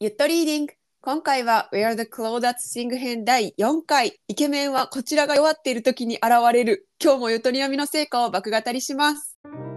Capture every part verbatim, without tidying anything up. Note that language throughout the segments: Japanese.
ゆっとリーディング。今回は Where the Cloud That Sing 編だいよんかい。イケメンはこちらが弱っている時に現れる。今日もゆとり読みの成果を爆語りします。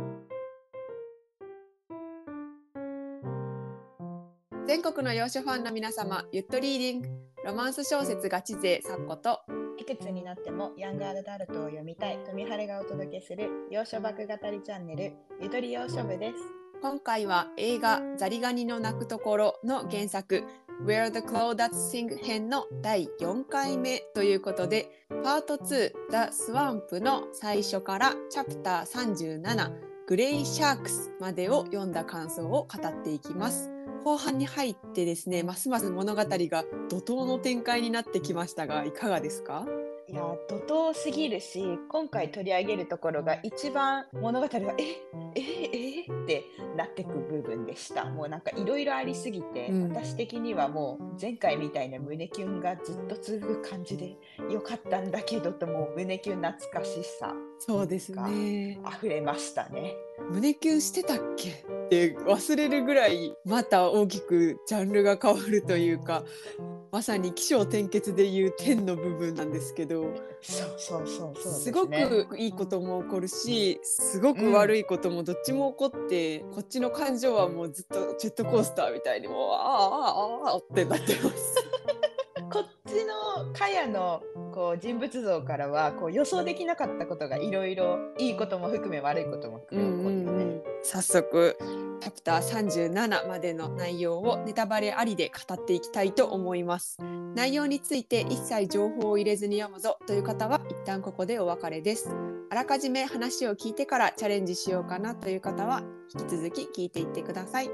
全国の洋書ファンの皆様、ゆっとリーディング。ロマンス小説ガチ勢サッコと、 いくつになってもヤングアダルトを読みたい富晴がお届けする洋書爆語りチャンネル、ゆとり洋書部です。 今回は映画ザリガニの鳴くところの原作 Where the Cloud That Sing 編のだいよんかいめということで、パートツー The Swamp の最初からチャプターさんじゅうななグレイシャークスまでを読んだ感想を語っていきます。後半に入ってですね、ますます物語が怒涛の展開になってきましたが、いかがですか？ いや怒涛すぎるし、今回取り上げるところが一番物語がええええってなってく部分でした。もうなんかいろいろありすぎて、うん、私的にはもう前回みたいな胸キュンがずっと続く感じでよかったんだけどと、もう胸キュン懐かしさそうですね溢れましたね。 胸キュンしてたっけって忘れるぐらいまた大きくジャンルが変わるというか、まさに起承転結でいう天の部分なんですけど、 そうそうそうそうですね、 すごくいいことも起こるし、すごく悪いこともどっちも起こって、うん、こっちの感情はもうずっとジェットコースターみたいにもうああああああってなってますこっちのカヤのこう人物像からはこう予想できなかったことがいろいろ、いいことも含め悪いことも含め起こるよね、うんうん、 早速チャプターさんじゅうななまでの内容をネタバレありで語っていきたいと思います。内容について一切情報を入れずに読むぞという方は一旦ここでお別れです。あらかじめ話を聞いてからチャレンジしようかなという方は引き続き聞いていってください。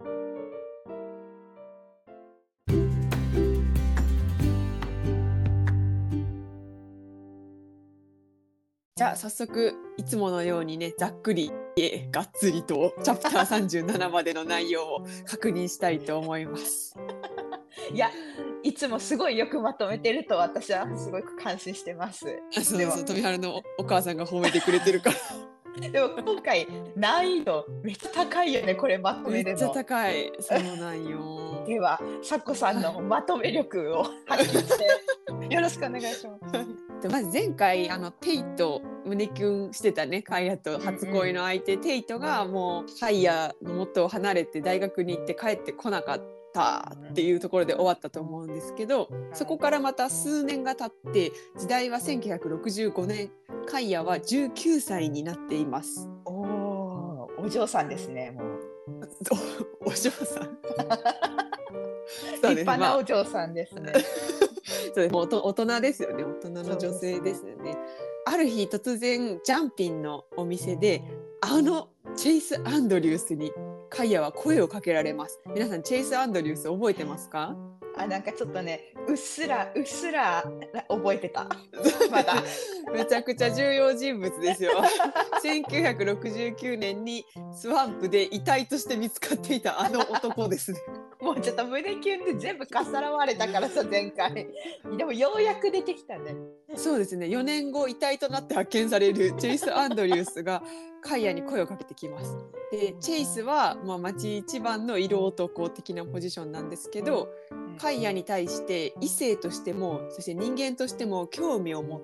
じゃあ早速いつものようにね、ざっくりがっつりとチャプターさんじゅうななまでの内容を確認したいと思いますいや、いつもすごいよくまとめてると私はすごく感心してます。 あ、そうそう、富原の お, お母さんが褒めてくれてるからでも今回難易度めっちゃ高いよね、これまとめるの。 めっちゃ高い、そうなんよではサッコさんのまとめ力を発揮してよろしくお願いしますまず前回あのテイと胸キュンしてたね、カイヤと初恋の相手、うんうん、テイトがもうカイヤの元を離れて大学に行って帰ってこなかったっていうところで終わったと思うんですけど、そこからまた数年が経って時代はせんきゅうひゃくろくじゅうごねん、カイヤはじゅうきゅうさいになっています。 おお、お嬢さんですね。もうお, お嬢さん立派なお嬢さんですね。 そうです、もう大人ですよね、大人の女性ですよね。ある日突然ジャンピンのお店であのチェイス・アンドリュースにカイヤは声をかけられます。皆さんチェイス・アンドリュース覚えてますか？ あ、なんかちょっとね、うっすらうっすら覚えてたまだめちゃくちゃ重要人物ですよせんきゅうひゃくろくじゅうきゅうねんにスワンプで遺体として見つかっていたあの男ですねもうちょっと胸キュンで全部かっさらわれたからさ、前回でもようやく出てきたね。 そうですね、よねんご遺体となって発見されるチェイス・アンドリュースがカイヤに声をかけてきます。でチェイスは、まあ、町一番の色男的なポジションなんですけど、カイヤに対して異性としてもそして人間としても興味を持って、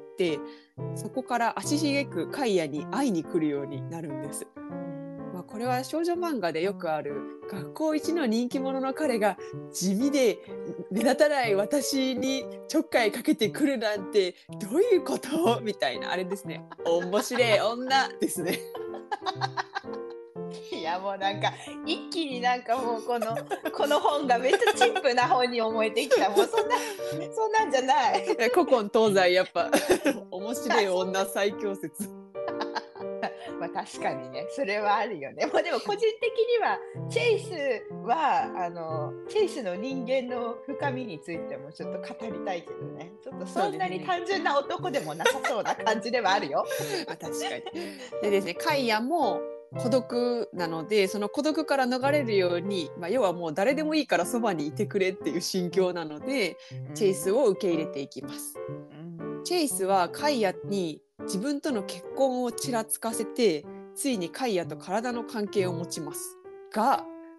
そこから足しげくカイヤに会いに来るようになるんです。まあ、これは少女漫画でよくある学校一の人気者の彼が地味で目立たない私にちょっかいかけてくるなんてどういうことみたいな、あれですね、面白い女ですねいやもうなんか一気になんかもうこのこの本がめっちゃチップな本に思えてきた。もうそんなそんなんじゃない古今東西やっぱ面白い女最強説まあ確かにね、それはあるよね。もうでも個人的にはチェイスはあのチェイスの人間の深みについてもちょっと語りたいけどね。ちょっとそんなに単純な男でもなさそうな感じではあるよ。 まあ確かに。でですね、カイヤも孤独なので、その孤独から逃れるように、まあ、要はもう誰でもいいからそばにいてくれっていう心境なので、うん、チェイスを受け入れていきます、うん、チェイスはカイヤに自分との結婚をちらつかせて、ついにカイヤと体の関係を持ちますが、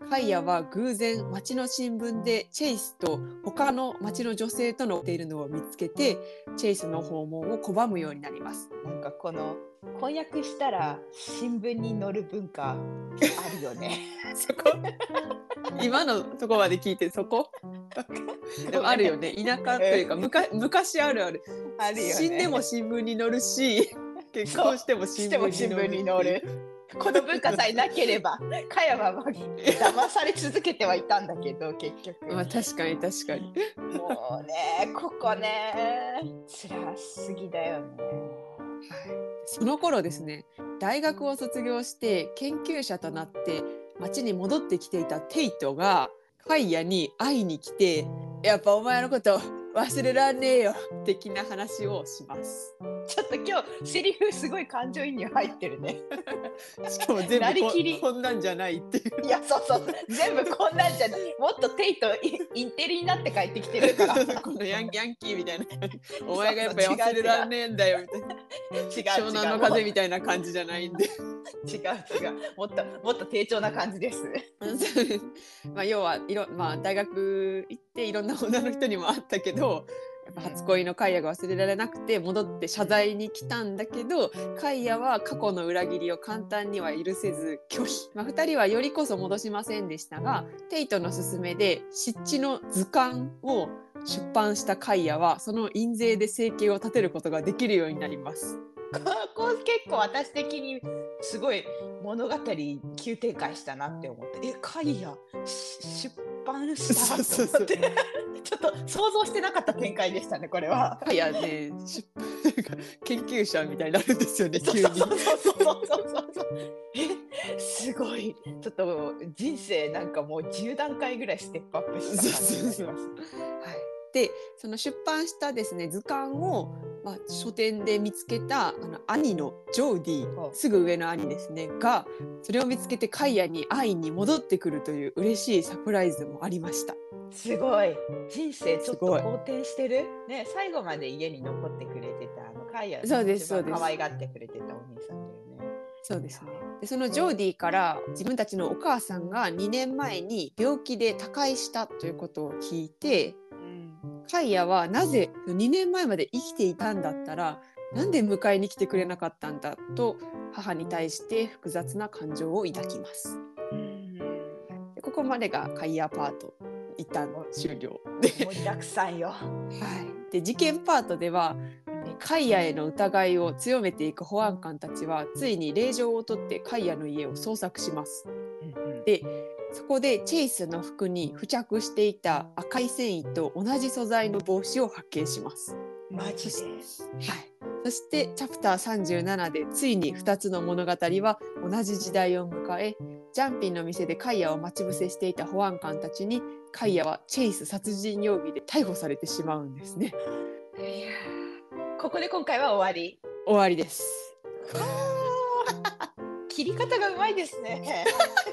カイヤは偶然町の新聞でチェイスと他の町の女性と乗っているのを見つけて、チェイスの訪問を拒むようになります。 なんかこの婚約したら新聞に載る文化あるよね。 そこ今のとこまで聞いてそこでもあるよね。田舎というかむか昔あるある。 あるよね。 死んでも新聞に載るし、結婚しても新聞に載る。 この文化さえなければ、カヤは騙され続けてはいたんだけど、結局。 まあ確かに確かに。 もうね、ここね、辛すぎだよね。 その頃ですね、大学を卒業して研究者となって町に戻ってきていたテイトがカイヤに会いに来て、やっぱお前のこと忘れらんねえよ的な話をします。 ちょっと今日セリフすごい感情移入入ってるね。 しかも全部 こ, こんなんじゃないっていう。 いやそうそう全部こんなんじゃない。もっとテイトインテリになって帰ってきてるから。 このヤンヤンキーみたいな感じ。お前がやっぱ忘れらんねえんだよみたいな。 違う湘南の風みたいな感じじゃないんで。違う違うもっともっと低調な感じです。 まあ要はいろ、まあ、大学行っていろんな女の人にも会ったけど、やっぱ初恋のカイヤが忘れられなくて戻って謝罪に来たんだけど、カイヤは過去の裏切りを簡単には許せず拒否。まあ、ふたりはよりこそ戻しませんでしたが、テイトの勧めで湿地の図鑑を出版したカイヤはその印税で生計を立てることができるようになります。 ここ結構私的にすごい物語急展開したなって思って、えカイヤ出版したと思ってちょっと想像してなかった展開でしたね、これは。 カイヤね、出研究者みたいになるんですよね、急に。 そうそうそうそうそうえすごいちょっと人生なんかもうじゅう段階ぐらいステップアップした感じになります。 でその出版したですね図鑑を、まあ、書店で見つけたあの兄のジョーディ、すぐ上の兄ですねがそれを見つけてカイヤに会いに戻ってくるという嬉しいサプライズもありました。 すごい人生ちょっと好転してるね。最後まで家に残ってくれてたあのカイヤの一番可愛がってくれてたお兄さんだよね。 そうですね。でそのジョーディから自分たちのお母さんがにねんまえに病気で他界したということを聞いて、カイヤはなぜにねんまえまで生きていたんだったらなんで迎えに来てくれなかったんだと母に対して複雑な感情を抱きます。でここまでがカイヤパート一旦終了で盛りだくさんよ。はい、で事件パートではカイヤへの疑いを強めていく保安官たちはついに令状を取ってカイヤの家を捜索します。でそこでチェイスの服に付着していた赤い繊維と同じ素材の帽子を発見します。 マジで、はい、 そしてチャプターさんじゅうななでついにふたつの物語は同じ時代を迎え、ジャンピンの店でカイヤを待ち伏せしていた保安官たちにカイヤはチェイス殺人容疑で逮捕されてしまうんですね。 いやここで今回は終わり終わりです。 切り方がうまいですね。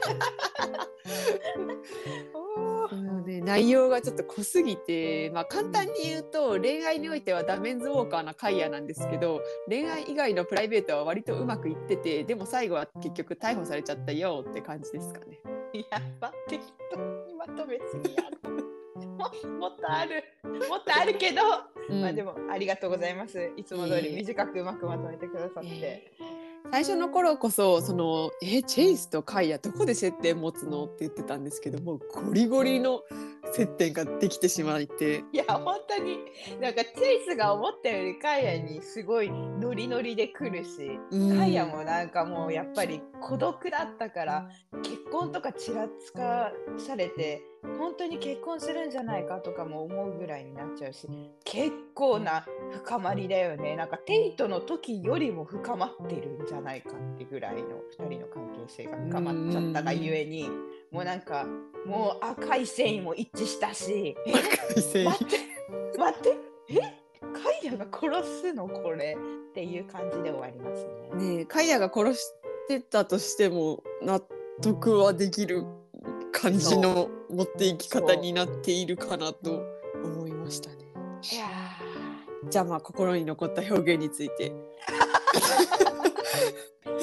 ね、内容がちょっと濃すぎて、まあ、簡単に言うと恋愛においてはダメンズウォーカーなカイヤなんですけど、恋愛以外のプライベートは割とうまくいってて、でも最後は結局逮捕されちゃったよって感じですかね。 やば適当にまとめすぎやも, もっとあるもっとあるけど、うん、まあでもありがとうございます。いつも通り短くうまくまとめてくださって、えー最初の頃こそそのえチェイスとカイヤどこで接点持つのって言ってたんですけども、ゴリゴリの接点ができてしまって、 いや本当になんかチェイスが思ったよりカイヤにすごいノリノリで来るし、うん、カイヤもなんかもうやっぱり孤独だったから結婚とかちらつかされて本当に結婚するんじゃないかとかも思うぐらいになっちゃうし、結構な深まりだよね。なんかテイトの時よりも深まってるんじゃないかってぐらいのふたりの関係性が深まっちゃったがゆえに、もうなんかもう赤い繊維も一致したし、 赤い繊維待って待ってえカイヤが殺すのこれっていう感じで終わりますね。 ねえカイヤが殺してたとしても納得はできる感じの持っていき方になっているかなと思いましたね。 いやじゃあまあ心に残った表現について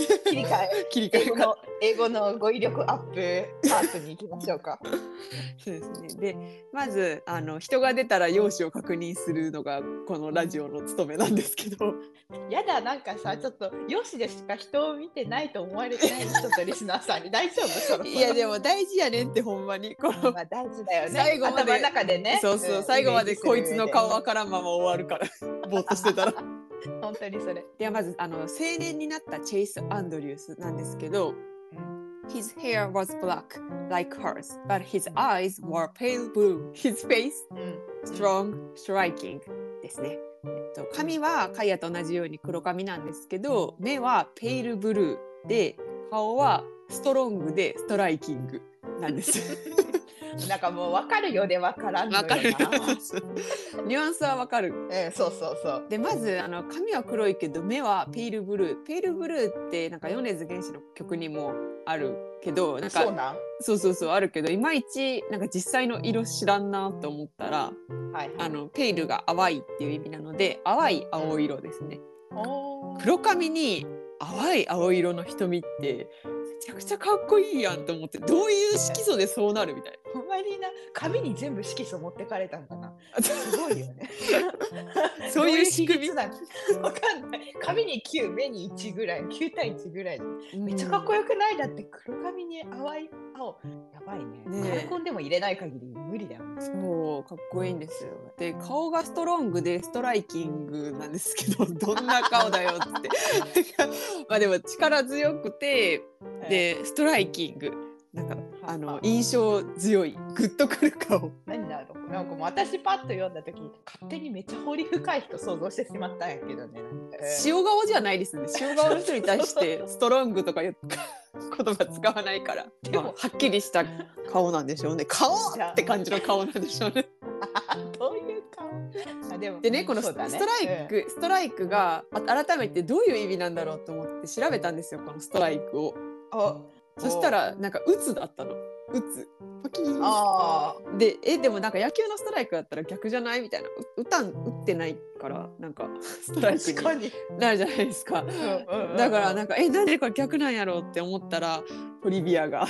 切り替え切り替え英語の英語の語彙力アップパートに行きましょうか。 そうですね。で、まずあの人が出たら容姿を確認するのがこのラジオの務めなんですけど。 やだ、なんかさ、ちょっと容姿でしか人を見てないと思われてない人とリスナーさんに大丈夫？そろそろ。 いやでも大事やねんってほんまにこのまあ大事だよね。 最後まで頭の中でね。 そうそう、 ん最後までこいつの顔わイメージするからんまま終わるからぼーっとしてたら。 上で本当にそれ。 ではまずあの青年になったチェイス・アンドリュースなんですけど、 うん、 His hair was black like hers, but his eyes were pale blue. His face うん、 strong, striking ですね。えっと、髪はカイヤと同じように黒髪なんですけど、目はペイルブルーで、顔はストロングでストライキングなんです。 なんかもう分かるようで分からんのよな。 わかる。ニュアンスはわかる。 えー、そうそうそう。 でまずあの髪は黒いけど目はペイルブルー。ペイルブルーってなんか米津玄師の曲にもあるけど、なんかそうなん。 そうそうそうあるけど、いまいちなんか実際の色知らんなと思ったら、 はい、 あのペイルが淡いっていう意味なので淡い青色ですね。 おー黒髪に淡い青色の瞳ってめちゃくちゃかっこいいやんと思って、どういう色素でそうなるみたいな。 ほんまにな、髪に全部色素持ってかれたんだな。すごいよね。 そういう仕組みわかんない。髪にきゅう、目にいちぐらい、きゅう対いちぐらい。めっちゃかっこよくない？だって黒髪に淡い青。やばいね。 ねえカラコンでも入れない限り無理だよね。 そうかっこいいんですよ。で顔がストロングでストライキングなんですけど、どんな顔だよってまあでも力強くて、でストライキングなんかあの印象強いグッとくる顔。 何だろう、なんかもう私パッと読んだ時勝手にめっちゃ彫り深い人想像してしまったんやけどね。なんか塩顔じゃないですね。塩顔の人に対してストロングとかいう言葉使わないから、 でもまあ、はっきりした顔なんでしょうね。顔って感じの顔なんでしょうね。 どういう顔？あでもでね、このス,、 そうだね、 トライク、うん、ストライクが改めてどういう意味なんだろうと思って調べたんですよ、このストライクを。そしたらなんか打つだったの。打つ。パキーン。あでえでもなんか野球のストライクだったら逆じゃないみたいな。打たん打ってないからなんかストライクになるじゃないですか。だからなんかえなんでこれ逆なんやろうって思ったらトリビアがあって。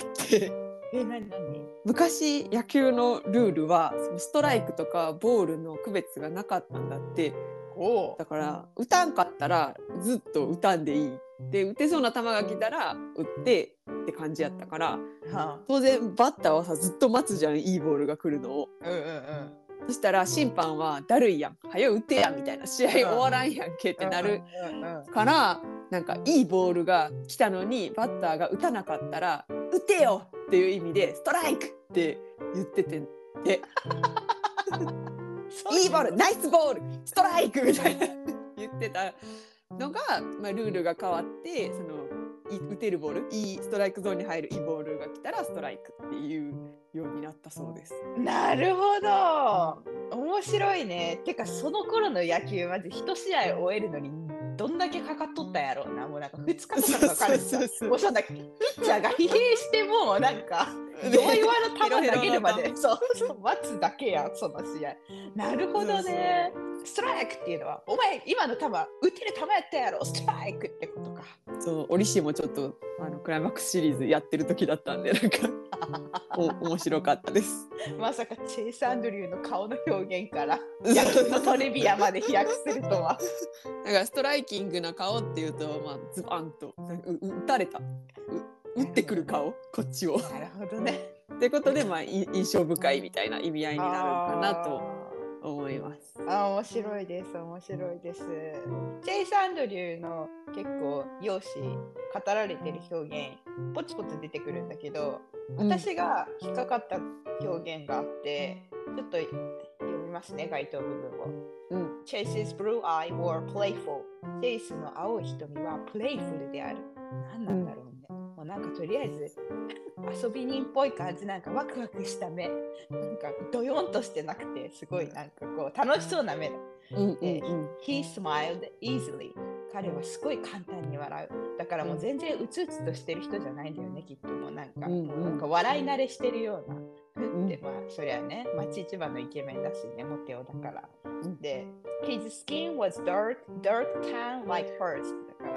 え何何？ 昔野球のルールはそのストライクとかボールの区別がなかったんだって。だから打たんかったらずっと打たんでいいで、打てそうな球が来たら打ってって感じやったから、はあ、当然バッターはさずっと待つじゃん、いいボールが来るのを。うんうんうん、そしたら審判はだるいやん、早打てやみたいな、試合終わらんやんけってなるから、なんかいいボールが来たのにバッターが打たなかったら打てよっていう意味でストライクって言っててでいいボールナイスボールストライクみたいな言ってたのが、まあ、ルールが変わってその打てるボールいいストライクゾーンに入るいいボールが来たらストライクっていうようになったそうです。なるほど、面白いね。てかその頃の野球まず一試合終えるのにどんだけかかっとったやろうな。もうなんかふつかとかかかるさ。もうそんなピッチャーが疲弊してもなんか弱々の球投げるまでそうそう待つだけやんその試合。なるほどね。ストライクっていうのはお前今の球打てる球やったやろストライクってことか。そうオリシーもちょっとあのクライマックスシリーズやってる時だったんでなんかお面白かったです。 まさかチェイス・アンドリューの顔の表現から野球のトリビアまで飛躍するとは。 だからストライキングな顔っていうと、まあ、ズバンと打たれた打ってくる顔こっちを。 なるほどね。 ってことで、まあ、印象深いみたいな意味合いになるかなと思います。 あ、面白いです面白いです。チェイス・アンドリューの結構容姿語られてる表現ポツポツ出てくるんだけど、うん、私が引っかかった表現があってちょっと読みますね、該当部分を。うん、Chase's blue eye were playful。 チェイスの青い瞳はプレイフルである。何なんだろうね、うん、もうなんかとりあえず遊び人っぽい感じ、なんかワクワクした目、なんかドヨンとしてなくてすごいなんかこう楽しそうな目だ。うんうんうん、He smiled easily。 彼はすごい簡単に笑う。だからもう全然うつうつとしてる人じゃないんだよね、きっと。もうなんか、うんうん、なんか笑い慣れしてるような、うん、でまあそりゃね町一番のイケメンだしね、モテ男だから。で His skin was dark, dark tan like hers。 だから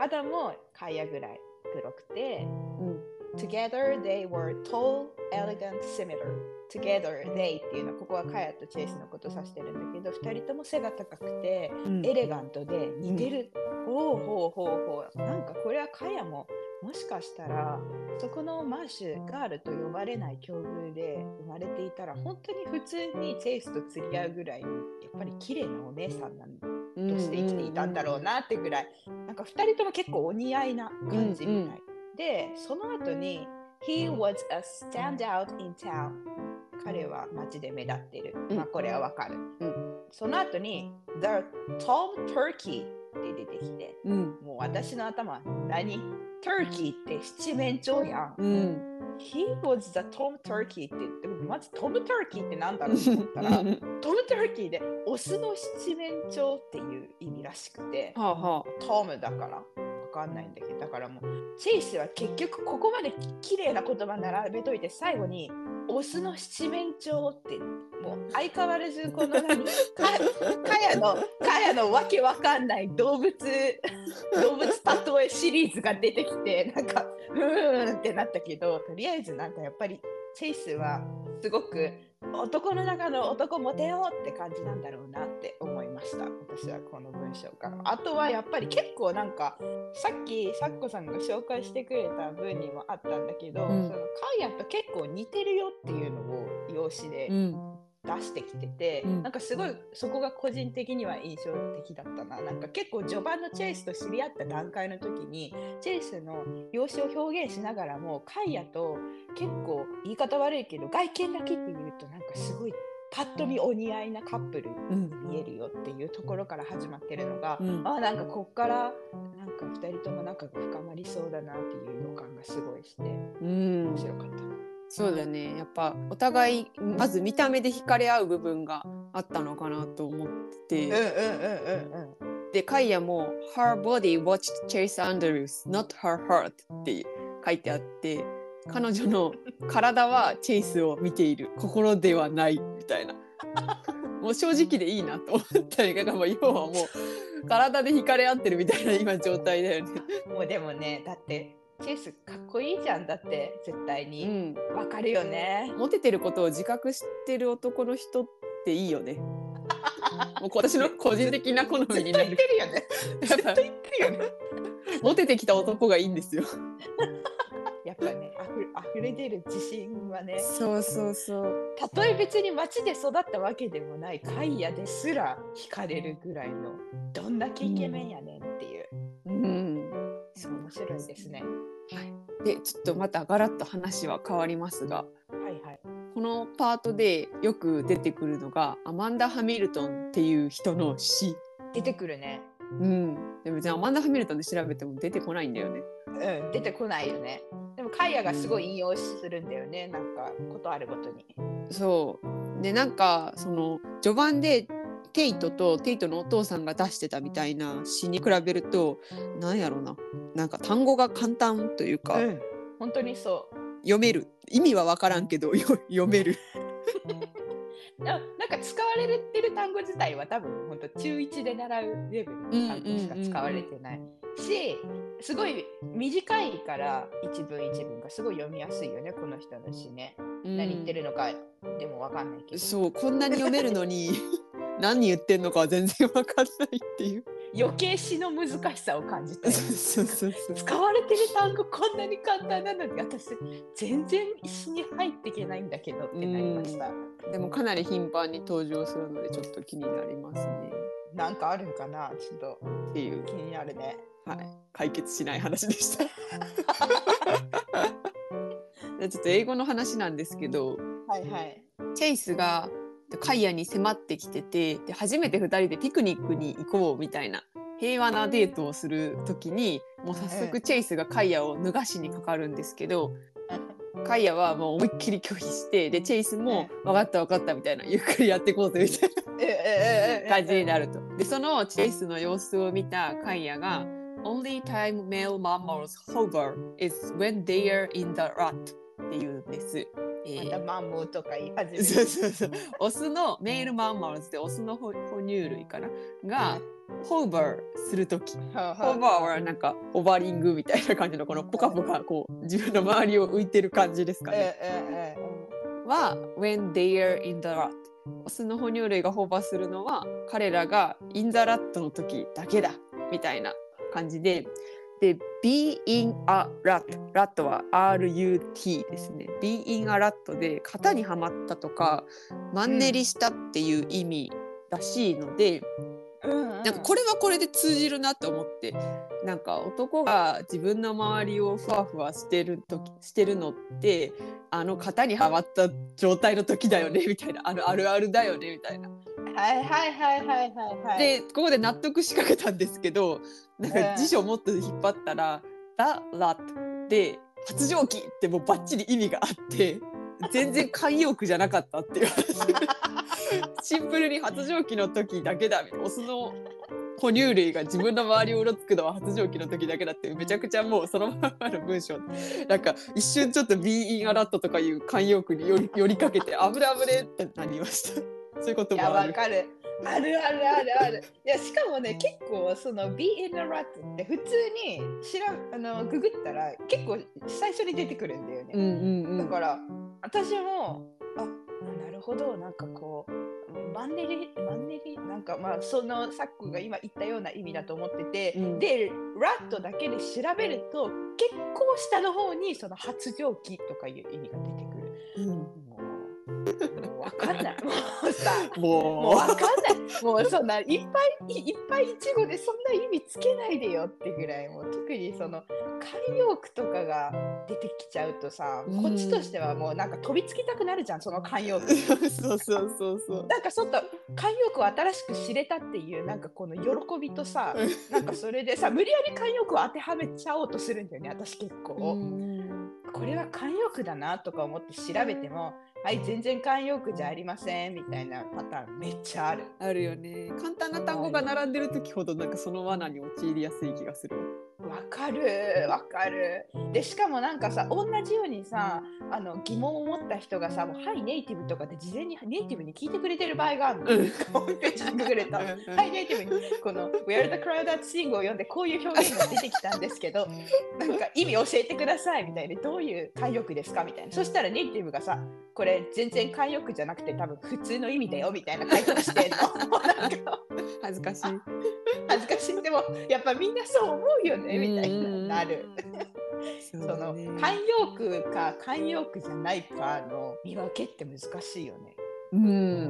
肌もカイヤぐらい黒くて、 うん、 Together they were tall, elegant, similar. Together they っていうのはここはカヤとチェイスのことを指してるんだけど、ふたりとも背が高くて、うん、エレガントで似てる、うん、ほうほうほうほう。なんかこれはカヤももしかしたらそこのマーシュガールと呼ばれない境遇で生まれていたら本当に普通にチェイスと釣り合うぐらいやっぱり綺麗なお姉さんなんだとして生きていたんだろうなってぐらい、なんかふたりとも結構お似合いな感じみたい、うんうん、でその後に He was a standout in town。 彼は街で目立ってる、うん、まあこれはわかる、うん、その後に The Tom Turkey って出てきて、うん、もう私の頭は何 Turkey って七面鳥やん、うん、He was the Tom Turkey って言ってまずトム・ターキーってなんだろうと思ったらトム・ターキーでオスの七面鳥っていう意味らしくて、はあはあ、トムだからわかんないんだけど、だからもうチェイスは結局ここまで綺麗な言葉並べといて最後にオスの七面鳥ってもう相変わらずこの何かかやのかやのわけわかんない動物動物例えシリーズが出てきてなんかうーんってなったけど、とりあえずなんかやっぱりチェイスはすごく男の中の男モテようって感じなんだろうなって思いました、私はこの文章から。あとはやっぱり結構なんかさっきサッコさんが紹介してくれた文にもあったんだけど、うん、そのカイヤと結構似てるよっていうのを用紙で出してきてて、うん、なんかすごいそこが個人的には印象的だったな。なんか結構序盤のチェイスと知り合った段階の時にチェイスの容姿を表現しながらもカイヤと結構言い方悪いけど外見だけって言うとなんかすごいパッと見お似合いなカップルに見えるよっていうところから始まってるのが、うん、あなんかこっからなんかふたりとも仲が深まりそうだなっていう予感がすごいして、うん、面白かった。 そうだね、やっぱお互いまず見た目で惹かれ合う部分があったのかなと思ってて、うんうんうんうんうん、でカイヤも Her body watched Chase Andrews, not her heart って書いてあって、彼女の体はチェイスを見ている、心ではないみたいなもう正直でいいなと思ったりが、要はもう体で惹かれ合ってるみたいな今状態だよねもうでもね、だってチェイスかっこいいじゃん、だって絶対にわかるよね、 うん、モテてることを自覚してる男の人っていいよねもう私の個人的な好みになる。 絶対言ってるよね絶対言ってるよねモテてきた男がいいんですよやっぱね、あふ、あふれ出る自信はね、 そうそうそう、 たとえ別に街で育ったわけでもないカイヤですら惹かれるぐらいのどんだけイケメンやねんっていう、うん、うん、そう面白いですね。 はい、でちょっとまたガラッと話は変わりますが、 はいはい、 このパートでよく出てくるのがアマンダ・ハミルトンっていう人の詩。 出てくるね。 うん、でもじゃあアマンダ・ハミルトンで調べても出てこないんだよね。 うん、出てこないよね。でもカイヤがすごい引用するんだよね、なんかことあるごとに。 そうで、なんかその序盤でテイトとテイトのお父さんが出してたみたいな詩に比べると、なんやろうな、なんか単語が簡単というか、うん、 本当にそう、 読める、意味は分からんけど読めるなんか使われてる単語自体は多分本当中いちで習うレベルの単語しか使われてない、うんうんうんうん、し、すごい短いから一文一文がすごい読みやすいよね、この人の詩ね、うん、何言ってるのかでも分かんないけど、 そう、こんなに読めるのに何言ってんのかは全然分かんないっていう、 余計詩の難しさを感じたそうそうそう、 使われてる単語こんなに簡単なのに私全然詩に入っていけないんだけどってなりました。 でもかなり頻繁に登場するのでちょっと気になりますね。 なんかあるんかな、ちょっとっていう気になるね。 はい、解決しない話でしたちょっと英語の話なんですけど、 はいはい、 チェイスがカイヤに迫ってきてて、で初めてふたりでピクニックに行こうみたいな平和なデートをする時に、もう早速チェイスがカイヤを脱がしにかかるんですけど、カイヤはもう思いっきり拒否して、でチェイスも分かった分かったみたいな、ゆっくりやっていこうぜみたいな感じになると。でそのチェイスの様子を見たカイヤが Only time male mammals hover is when they are in the rut っていうんです。 えまたマンモとか言い始める。 そうそうそうオスのメールマンマルズでオスの哺乳類かながホーバーするとき、ホーバーはなんかオバリングみたいな感じのこのポカポカこう自分の周りを浮いてる感じですかね、は when they are in the rut、 オスの哺乳類がホーバーするのは彼らが in the rut の時だけだみたいな感じで、で be in a rut、 rut は アールユーティー ですね。 be in a rut で型にはまったとかマンネリしたっていう意味らしいので、うんうん、なんかこれはこれで通じるなと思って、なんか男が自分の周りをふわふわしてる時してるのってあの型にはまった状態の時だよねみたいな、あるあるあるだよねみたいな。 はいはいはいはいはいはい。 でここで納得しかけたんですけど、なんか辞書をもっと引っ張ったら、うん、The Rat で発情期ってもうバッチリ意味があって全然慣用句じゃなかったっていうシンプルに発情期の時だけだみたいな、オスの哺乳類が自分の周りをうろつくのは発情期の時だけだってめちゃくちゃもうそのままの文章なんか一瞬ちょっと Be in a rat とかいう慣用句により寄りかけて危ね危ねってなりました。そういうこともある。 いやわかる。あるあるあるある。いやしかもね結構その Be in a rat って普通に知らあのググったら結構最初に出てくるんだよね。 うんうんうん、 だから私もあなるほど、なんかこうマンネリマンネリなんかまあそのサックが今言ったような意味だと思ってて、うん、でラットだけで調べると結構下の方にその発情期とかいう意味が出てくる。うん、もう分かんない。もうさ、もう分かんない。もうそんないっぱいいっぱいいちごでそんな意味つけないでよってぐらい、もう特にその慣用句とかが出てきちゃうとさ、こっちとしてはもうなんか飛びつきたくなるじゃん、その慣用句。 そうそうそうそう。 なんかちょっと慣用句を新しく知れたっていうなんかこの喜びとさ、なんかそれでさ無理やり慣用句を当てはめちゃおうとするんだよね、私結構。これは慣用句だなとか思って調べても、はい、全然慣用句じゃありませんみたいなパターンめっちゃある。 あるよね。簡単な単語が並んでる時ほどなんかその罠に陥りやすい気がする。 わかるわかる。でしかもなんかさ、同じようにさ、あの疑問を持った人がさ、もうはいネイティブとかで事前にネイティブに聞いてくれてる場合があるの。ホームページにググるとはいネイティブにこの Where the crowd that sing を読んでこういう表現が出てきたんですけどなんか意味教えてくださいみたいな、どういう慣用句ですかみたいな。そしたらネイティブがさ、これ全然慣用句じゃなくて多分普通の意味だよみたいな回答してんの。なんか恥ずかしい恥ずかしい。でもやっぱみんなそう思うよねみたいななる。その慣用句か慣用句じゃないかの見分けって難しいよね。うん。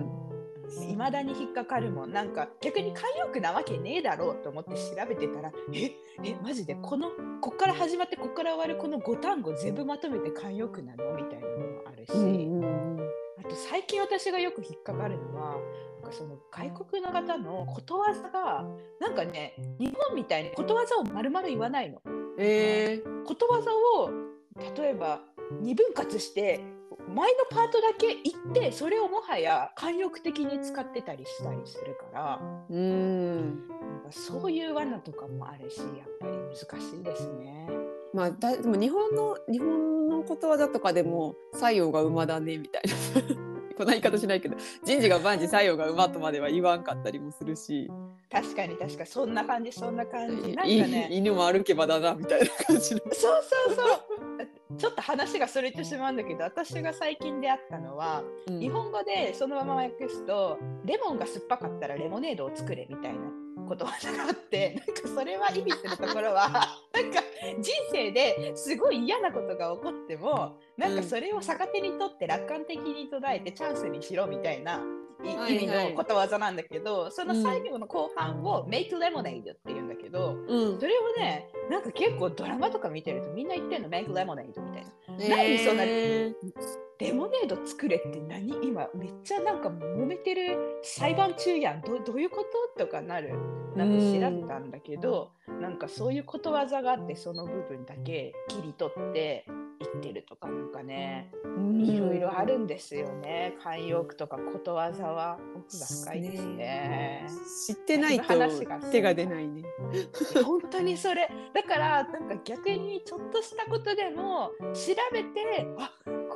いまだに引っかかるもん。なんか逆に慣用句なわけねえだろうと思って調べてたら、ええマジでこのこっから始まってこっから終わるこのご単語全部まとめて慣用句なのみたいなのもあるし、うんうんうん、あと最近私がよく引っかかるのは、なんかその外国の方のことわざがなんかね、日本みたいにことわざを丸々言わないの。えー、ことわざを例えばにぶん割して前のパートだけ言ってそれをもはや慣用句的に使ってたりしたりするから、うーん、なんかそういう罠とかもあるし、やっぱり難しいですね。 まあ、だでも日本の日本のことわざとかでも作用が馬だねみたいなこんな言い方しないけど、人事が万事作用が馬とまでは言わんかったりもするし、 確かに確かにそんな感じそんな感じ。なんかね、 犬も歩けばだなみたいな感じの。 そうそうそうちょっと話がそれてしまうんだけど、私が最近出会ったのは、うん、日本語でそのまま訳すとレモンが酸っぱかったらレモネードを作れみたいなことわざがあって、なんかそれは意味するところはなんか人生ですごい嫌なことが起こってもなんかそれを逆手にとって楽観的に捉えてチャンスにしろみたいな意味のことわざなんだけど、はいはい、その最後の後半を、うん、make lemonade って言うんだけど、うん、それをね、なんか結構ドラマとか見てるとみんな言ってんの make lemonade みたいな、えー、何そんなレモネード作れって何今めっちゃなんか揉めてる裁判中やん ど, どういうこととかなる。なんか調べたんだけど、なんかそういうことわざがあってその部分だけ切り取って言ってるとかなんかね、いろいろあるんですよね。慣用句とかことわざは奥が深いですね。 知ってないと手が出ないね。 本当にそれだからなんか逆にちょっとしたことでも調べて、あこ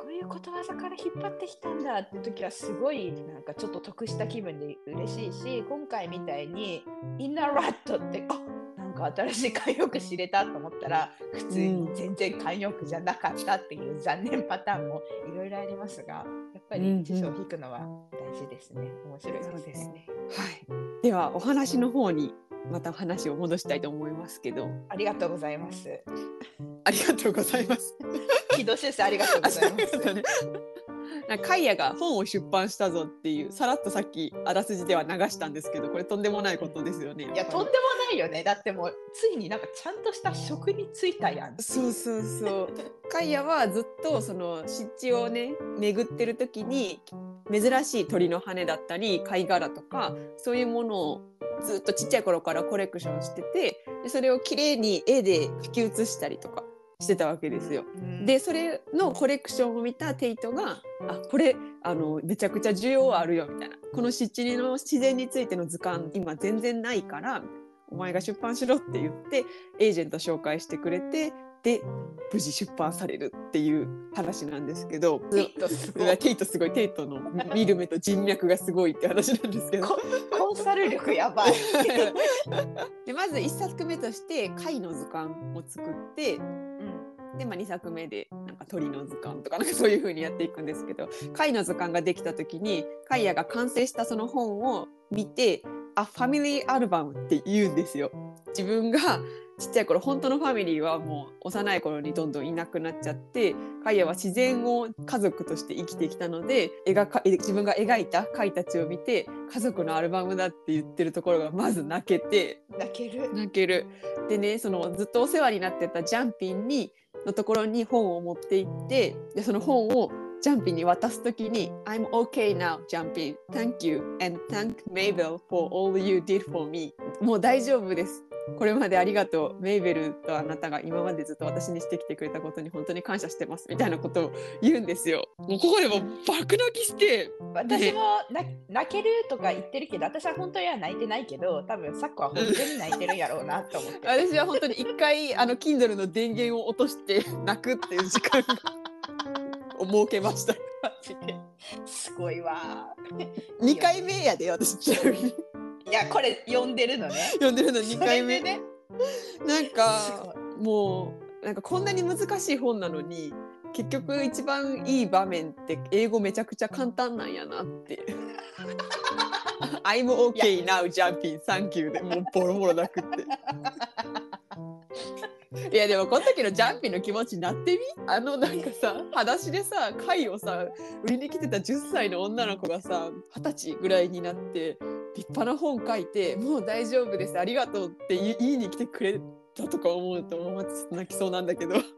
こういうことわざから引っ張ってきたんだって時はすごいなんかちょっと得した気分で嬉しいし、今回みたいにインナーラットってあなんか新しい慣用句知れたと思ったら普通に全然慣用句じゃなかったっていう残念パターンもいろいろありますが、やっぱり辞書を引くのは大事ですね。面白いですね。 そうですね。はい。ではお話の方にまた話を戻したいと思いますけど。 ありがとうございます。 ありがとうございます。 軌道修正ありがとうございます。 ね、カイヤが本を出版したぞっていうさらっとさっきあらすじでは流したんですけど、これとんでもないことですよね。 いやとんでもないよね。だってもうついになんかちゃんとした職に就いたやん。 そうそうそう。カイヤはずっとその湿地をね巡ってる時に珍しい鳥の羽だったり貝殻とかそういうものをずっとちっちゃい頃からコレクションしてて、でそれをきれいに絵で吹き写したりとかしてたわけですよ。うん、でそれのコレクションを見たテイトがあこれあのめちゃくちゃ需要あるよみたいな、この湿地の自然についての図鑑今全然ないからお前が出版しろって言ってエージェント紹介してくれて、で無事出版されるっていう話なんですけど、 テイトすごいテイトすごいテイトの見る目と人脈がすごいって話なんですけどコンサル力やばいでまずいっさくめとして貝の図鑑を作って、で、まあ、にさくめでなんか鳥の図鑑とかなんかそういう風にやっていくんですけど、貝の図鑑ができた時にカイヤが完成したその本を見て、あファミリーアルバムって言うんですよ。自分がちっちゃい頃本当のファミリーはもう幼い頃にどんどんいなくなっちゃって、カイヤは自然を家族として生きてきたので描か自分が描いた貝たちを見て家族のアルバムだって言ってるところがまず泣けて泣ける泣けるでね、そのずっとお世話になってたジャンピンにのところに本を持って行って、でその本をジャンピンに渡すときに I'm okay now, ジャンピン Thank you and thank Mabel for all you did for me もう大丈夫です、これまでありがとう、メイベルとあなたが今までずっと私にしてきてくれたことに本当に感謝してますみたいなことを言うんですよ。もうここでも爆泣きして、 私も泣けるとか言ってるけど、私は本当には泣いてないけど、多分サッコは本当に泣いてるんやろうなと思って私は本当に一回あの Kindle の電源を落として泣くっていう時間を設けましたすごいわにかいめやで私ちなみにいやこれ読んでるのね読んでるのにかいめね。なんかもうなんかこんなに難しい本なのに結局一番いい場面って英語めちゃくちゃ簡単なんやなってI'm okay now, jumping, thank you でもうボロボロ泣くっていやでもこの時のジャンピンの気持ちになってみ、あのなんかさ裸足でさ貝をさ売りに来てたじゅっさいの女の子がさはたちぐらいになって立派な本書いてもう大丈夫ですありがとうって言いに来てくれたとか思うともう泣きそうなんだけど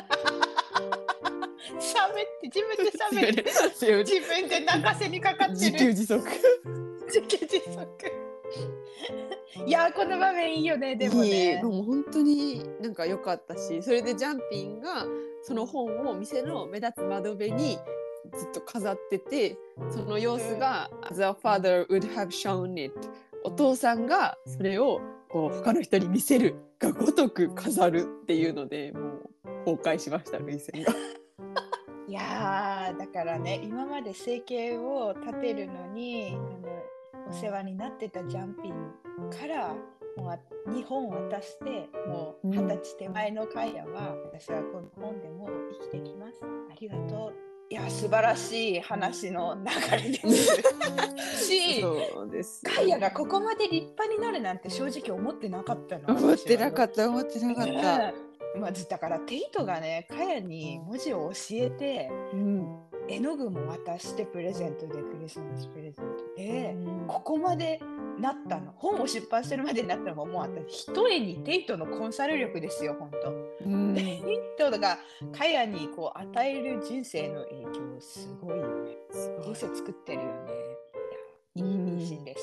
しゃべって自分でしゃべって自分で泣かせにかかってる自給自足自給自足いやこの場面いいよね。でもねいいもう本当になんか良かったし、それでジャンピンがその本を店の目立つ窓辺にずっと飾ってて、その様子が、うん、The father would have shown it お父さんがそれをこう他の人に見せるがごとく飾るっていうのでもう崩壊しました涙腺がいやーだからね今まで生計を立てるのにあのお世話になってたジャンピンからもう日本を渡してもう二十歳手前のカイヤは、うん、私はこの本でも生きてきますありがとう。いや素晴らしい話の流れですしそうです、 カイヤがここまで立派になるなんて正直思ってなかったの。 思ってなかった思ってなかった、 ねまあ、だからテイトがねカヤに文字を教えて、うん、絵の具も渡してプレゼントでクリスマスプレゼントで、うん、ここまでなったの本を出版するまでになったのももう私一重にテイトのコンサル力ですよ本当、うん、テイトがカヤにこう与える人生の影響すごいよね。人生作ってるよね。いやいい、いいシーンでした。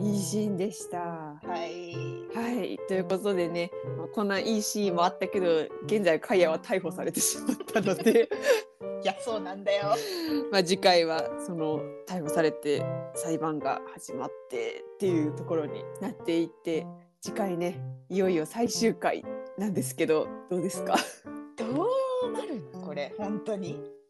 いいシーンでした。 はい、 はい、ということでね、こんないいシーンもあったけど現在カイヤは逮捕されてしまったのでいやそうなんだよまあ次回はその逮捕されて裁判が始まってっていうところになっていって、次回ねいよいよ最終回なんですけどどうですかどうなるのこれ本当に。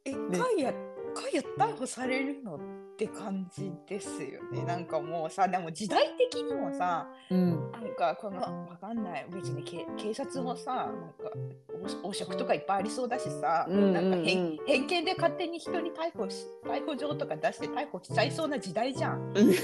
え、 ねカイヤ、カイヤ逮捕されるのって感じですよね。なんかもうさ、でも時代的にもさ、 うんなんかこのわかんない別にけ警察もさ、なんか汚汚職とかいっぱいありそうだしさ、 うんうんうん、 なんか偏偏見で勝手に人に逮捕し逮捕状とか出して逮捕しちゃいそうな時代じゃん。 確かに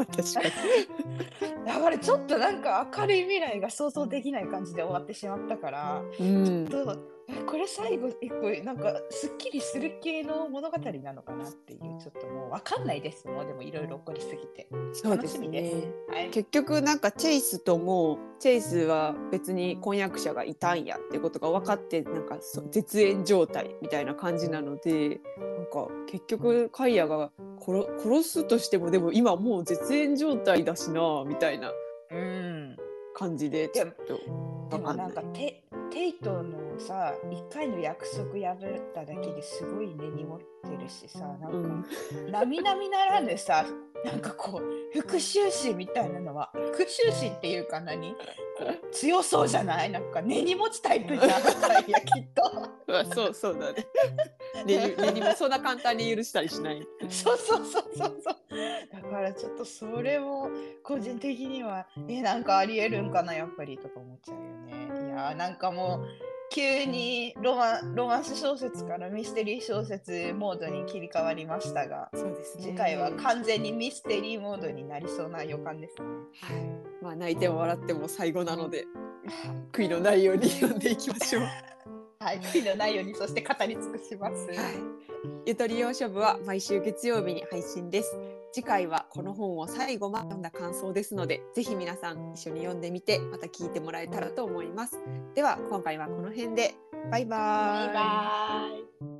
だからちょっとなんか明るい未来が想像できない感じで終わってしまったから、 うんちょっとえこれ最後一個なんかすっきりする系の物語なのかなっていう、ちょっともう分かんないですもん。でもいろいろ起こりすぎてそうです楽しみです。 ね。 はい、 結局なんかチェイスともチェイスは別に婚約者がいたんやっていうことが分かって、なんかそ絶縁状態みたいな感じなので、なんか結局カイヤが殺、殺すとしてもでも今もう絶縁状態だしなみたいなうん感じでちょっとでも分かんな。 ないんかテテイトのさいっかいの約束破っただけですごい根に持ってるしさ、なんか、 うん、 並々ならぬさ、なんかこう復讐心みたいなのは復讐心っていうか何こう強そうじゃない？なんか根に持つタイプじゃんいやきっとあそうそうだね。ねねにもそんな簡単に許したりしない。 そうそうそうそうそうだからちょっとそれも個人的にはえなんかありえるんかなやっぱりとか思っちゃうよね。いやーなんかもう急にロマン、ロマンス小説からミステリー小説モードに切り替わりましたが、 そうですね、 次回は完全にミステリーモードになりそうな予感ですね。 はい、まあ泣いても笑っても最後なので悔いのないように読んでいきましょう。 はい、悔いのないようにそして語り尽くします。 はい、ゆとり洋書部は毎週月曜日に配信です。次回はこの本を最後まで読んだ感想ですので、ぜひ皆さん一緒に読んでみてまた聞いてもらえたらと思います。では今回はこの辺でバイバーイ。 バイバーイ。